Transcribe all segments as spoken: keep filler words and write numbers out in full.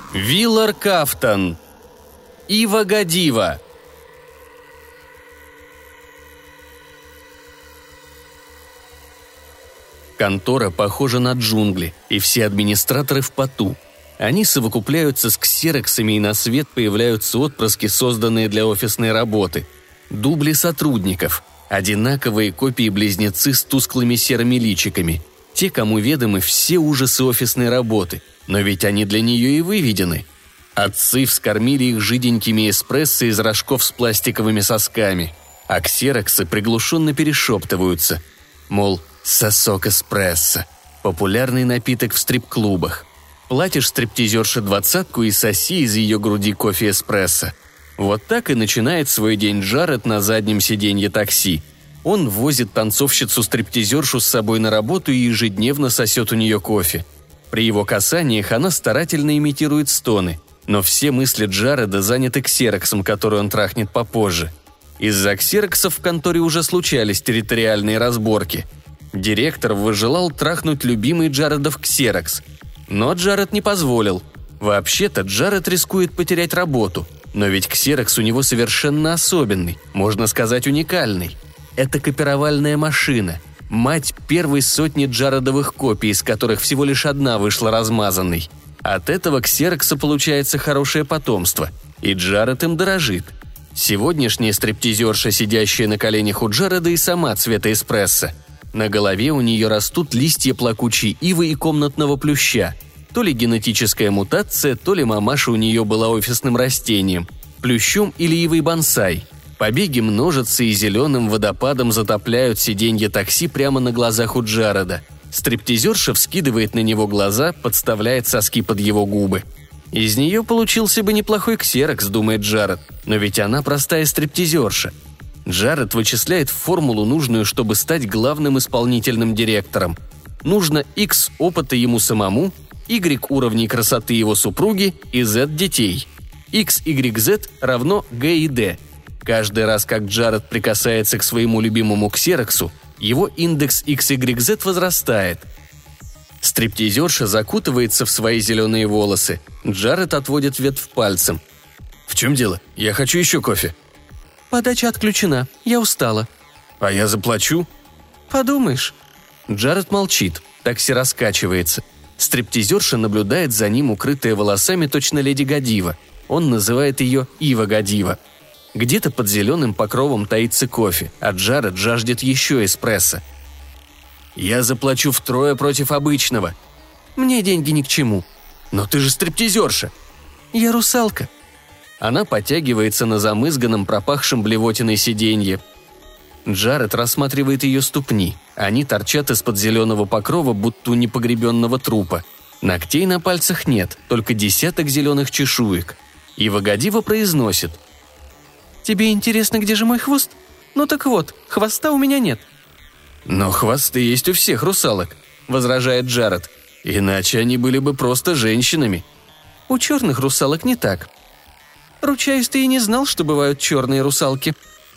Виллар Кафтон. Ива Гадива. Контора похожа на джунгли, и все администраторы в поту. Они совокупляются с ксероксами, и на свет появляются отпрыски, созданные для офисной работы. Дубли сотрудников. Одинаковые копии-близнецы с тусклыми серыми личиками. Те, кому ведомы все ужасы офисной работы. Но ведь они для нее и выведены. Отцы вскормили их жиденькими эспрессо из рожков с пластиковыми сосками. А ксероксы приглушенно перешептываются. Мол, сосок эспрессо. Популярный напиток в стрип-клубах. Платишь стриптизерше двадцатку и соси из ее груди кофе эспрессо. Вот так и начинает свой день Джаред на заднем сиденье такси. Он возит танцовщицу-стриптизершу с собой на работу и ежедневно сосет у нее кофе. При его касаниях она старательно имитирует стоны, но все мысли Джареда заняты ксероксом, который он трахнет попозже. Из-за ксероксов в конторе уже случались территориальные разборки. Директор выжелал трахнуть любимый Джаредов ксерокс. Но Джаред не позволил. Вообще-то Джаред рискует потерять работу. Но ведь ксерокс у него совершенно особенный, можно сказать, уникальный. Это копировальная машина, мать первой сотни Джаредовых копий, из которых всего лишь одна вышла размазанной. От этого ксерокса получается хорошее потомство, и Джаред им дорожит. Сегодняшняя стриптизерша, сидящая на коленях у Джареда, и сама цвета эспрессо. На голове у нее растут листья плакучей ивы и комнатного плюща. То ли генетическая мутация, то ли мамаша у нее была офисным растением, плющом или ивой бонсай. Побеги множатся и зеленым водопадом затопляют сиденье такси прямо на глазах у Джареда. Стриптизерша вскидывает на него глаза, подставляет соски под его губы. Из нее получился бы неплохой ксерокс, думает Джаред, но ведь она простая стриптизерша. Джаред вычисляет формулу, нужную, чтобы стать главным исполнительным директором. Нужно X опыта ему самому, Y уровней красоты его супруги и Z детей. X, Y, Z равно G и D. Каждый раз, как Джаред прикасается к своему любимому ксероксу, его индекс икс игрек зет возрастает. Стриптизерша закутывается в свои зеленые волосы. Джаред отводит ветвь пальцем. «В чем дело? Я хочу еще кофе». «Подача отключена. Я устала». «А я заплачу». «Подумаешь». Джаред молчит. Такси раскачивается. Стриптизерша наблюдает за ним, укрытая волосами, точно леди Гадива. Он называет ее Ива Гадива. Где-то под зеленым покровом таится кофе, а Джаред жаждет еще эспрессо. «Я заплачу втрое против обычного». «Мне деньги ни к чему». «Но ты же стриптизерша». «Я русалка». Она подтягивается на замызганном, пропахшем блевотиной сиденье. Джаред рассматривает ее ступни. Они торчат из-под зеленого покрова, будто у непогребенного трупа. Ногтей на пальцах нет, только десяток зеленых чешуек. Ива Гадива произносит: «Тебе интересно, где же мой хвост? Ну так вот, хвоста у меня нет». «Но хвосты есть у всех русалок», — возражает Джаред. «Иначе они были бы просто женщинами». «У черных русалок не так». «Ручаюсь, ты и не знал, что бывают черные русалки».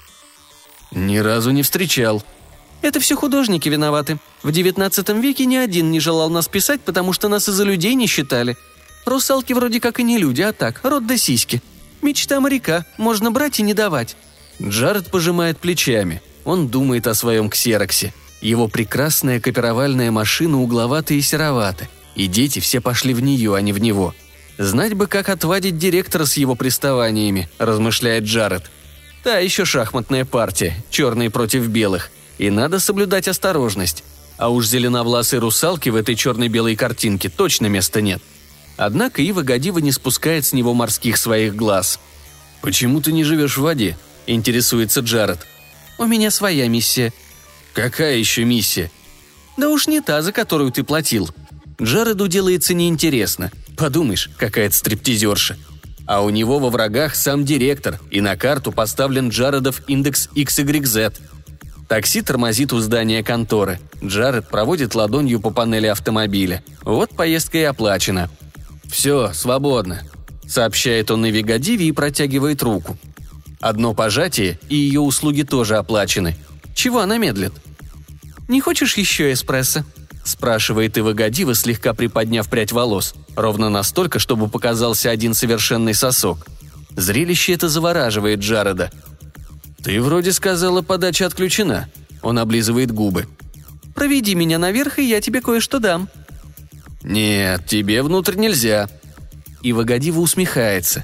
«Ни разу не встречал». «Это все художники виноваты. В девятнадцатом веке ни один не желал нас писать, потому что нас из-за людей не считали. Русалки вроде как и не люди, а так, рот да сиськи. Мечта моряка, можно брать и не давать». Джаред пожимает плечами. Он думает о своем ксероксе. Его прекрасная копировальная машина угловата и серовата. И дети все пошли в нее, а не в него. «Знать бы, как отвадить директора с его приставаниями», – размышляет Джаред. «Та еще шахматная партия, черные против белых. И надо соблюдать осторожность. А уж зеленовласой русалки в этой черно-белой картинке точно места нет». Однако Ива Гадива не спускает с него морских своих глаз. «Почему ты не живешь в воде?» – интересуется Джаред. «У меня своя миссия». «Какая еще миссия?» «Да уж не та, за которую ты платил». Джареду делается неинтересно. Подумаешь, какая-то стриптизерша. А у него во врагах сам директор, и на карту поставлен Джаредов индекс икс игрек зет. Такси тормозит у здания конторы. Джаред проводит ладонью по панели автомобиля. Вот поездка и оплачена. «Все, свободно», — сообщает он Иве Гадиве и протягивает руку. Одно пожатие, и ее услуги тоже оплачены. Чего она медлит? «Не хочешь еще эспрессо?» – спрашивает Ива Годива, слегка приподняв прядь волос, ровно настолько, чтобы показался один совершенный сосок. Зрелище это завораживает Джареда. «Ты вроде сказала, подача отключена». Он облизывает губы. «Проведи меня наверх, и я тебе кое-что дам». «Нет, тебе внутрь нельзя». Ива Годива усмехается.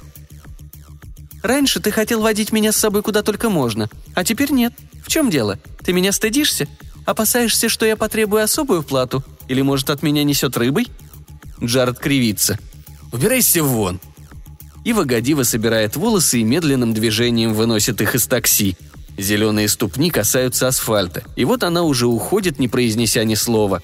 «Раньше ты хотел водить меня с собой куда только можно, а теперь нет. В чем дело? Ты меня стыдишься? Опасаешься, что я потребую особую плату? Или, может, от меня несет рыбой?» Джаред кривится. «Убирайся вон!» Ива Годива собирает волосы и медленным движением выносит их из такси. Зеленые ступни касаются асфальта, и вот она уже уходит, не произнеся ни слова.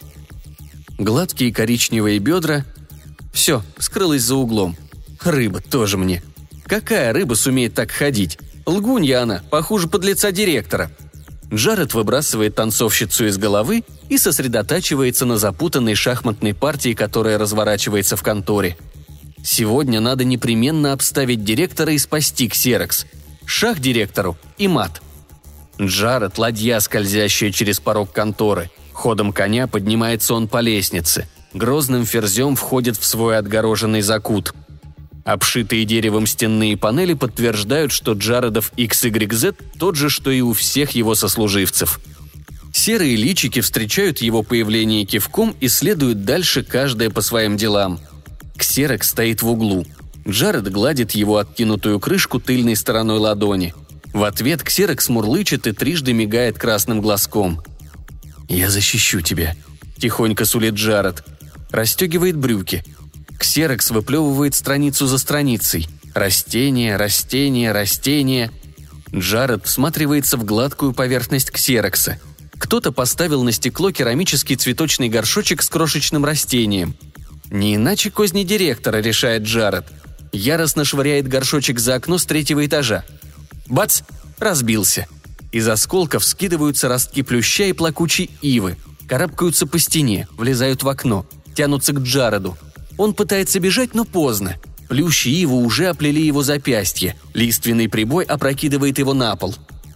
Гладкие коричневые бедра. Все, скрылась за углом. Рыба тоже мне. Какая рыба сумеет так ходить? Лгунья она, похуже подлеца директора. Джаред выбрасывает танцовщицу из головы и сосредотачивается на запутанной шахматной партии, которая разворачивается в конторе. Сегодня надо непременно обставить директора и спасти Ксерокс. Шах директору и мат. Джаред – ладья, скользящая через порог конторы. Ходом коня поднимается он по лестнице. Грозным ферзем входит в свой отгороженный закут. Обшитые деревом стенные панели подтверждают, что Джаредов икс игрек зет тот же, что и у всех его сослуживцев. Серые личики встречают его появление кивком и следуют дальше, каждая по своим делам. Ксерокс стоит в углу. Джаред гладит его откинутую крышку тыльной стороной ладони. В ответ Ксерокс мурлычет и трижды мигает красным глазком. «Я защищу тебя», – тихонько сулит Джаред. Расстегивает брюки. Ксерокс выплевывает страницу за страницей. Растение, растение, растение. Джаред всматривается в гладкую поверхность ксерокса. Кто-то поставил на стекло керамический цветочный горшочек с крошечным растением. Не иначе козни директора, решает Джаред. Яростно швыряет горшочек за окно с третьего этажа. Бац! Разбился. Из осколков скидываются ростки плюща и плакучей ивы. Карабкаются по стене, влезают в окно, тянутся к Джареду. Он пытается бежать, но поздно. Плющ и ива уже оплели его запястье. Лиственный прибой опрокидывает его на пол.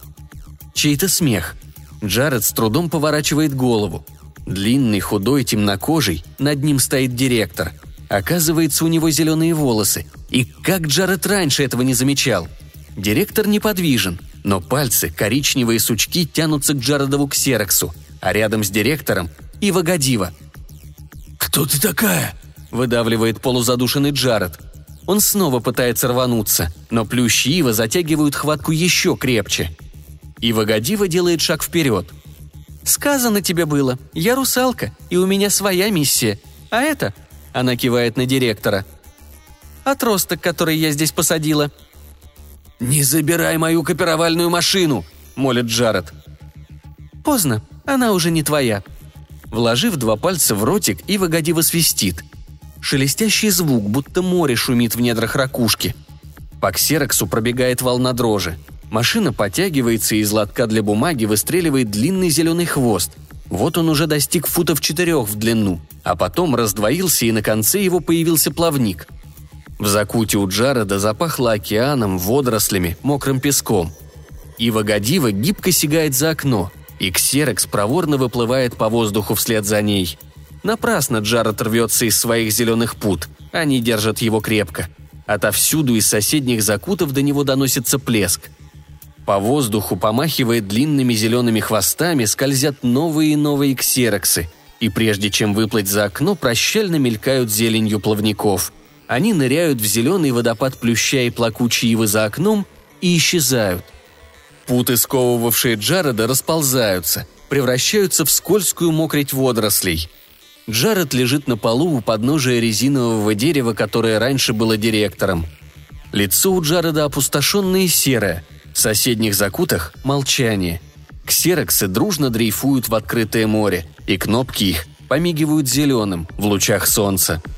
Чей-то смех. Джаред с трудом поворачивает голову. Длинный, худой, темнокожий, над ним стоит директор. Оказывается, у него зеленые волосы. И как Джаред раньше этого не замечал? Директор неподвижен, но пальцы, коричневые сучки, тянутся к Джаредову ксероксу, а рядом с директором – Ива Годива. «Кто ты такая?» – выдавливает полузадушенный Джаред. Он снова пытается рвануться, но плющ и ива затягивают хватку еще крепче. Ива Годива делает шаг вперед. «Сказано тебе было, я русалка, и у меня своя миссия. А это...» – она кивает на директора. «Отросток, который я здесь посадила». «Не забирай мою копировальную машину!» – молит Джаред. «Поздно, она уже не твоя». Вложив два пальца в ротик, Ива Годива свистит. Шелестящий звук, будто море шумит в недрах ракушки. По ксероксу пробегает волна дрожи. Машина потягивается и из лотка для бумаги выстреливает длинный зеленый хвост. Вот он уже достиг футов четырех в длину, а потом раздвоился, и на конце его появился плавник. В закуте у Джареда запахло океаном, водорослями, мокрым песком. Ива Годива гибко сигает за окно, и ксерокс проворно выплывает по воздуху вслед за ней. Напрасно Джаред рвется из своих зеленых пут, они держат его крепко. Отовсюду из соседних закутов до него доносится плеск. По воздуху, помахивая длинными зелеными хвостами, скользят новые и новые ксероксы, и прежде чем выплыть за окно, прощально мелькают зеленью плавников. Они ныряют в зеленый водопад плюща и плакучей ивы за окном и исчезают. Путы, сковывавшие Джареда, расползаются, превращаются в скользкую мокрить водорослей. Джаред лежит на полу у подножия резинового дерева, которое раньше было директором. Лицо у Джареда опустошенное и серое. В соседних закутах – молчание. Ксероксы дружно дрейфуют в открытое море, и кнопки их помигивают зеленым в лучах солнца.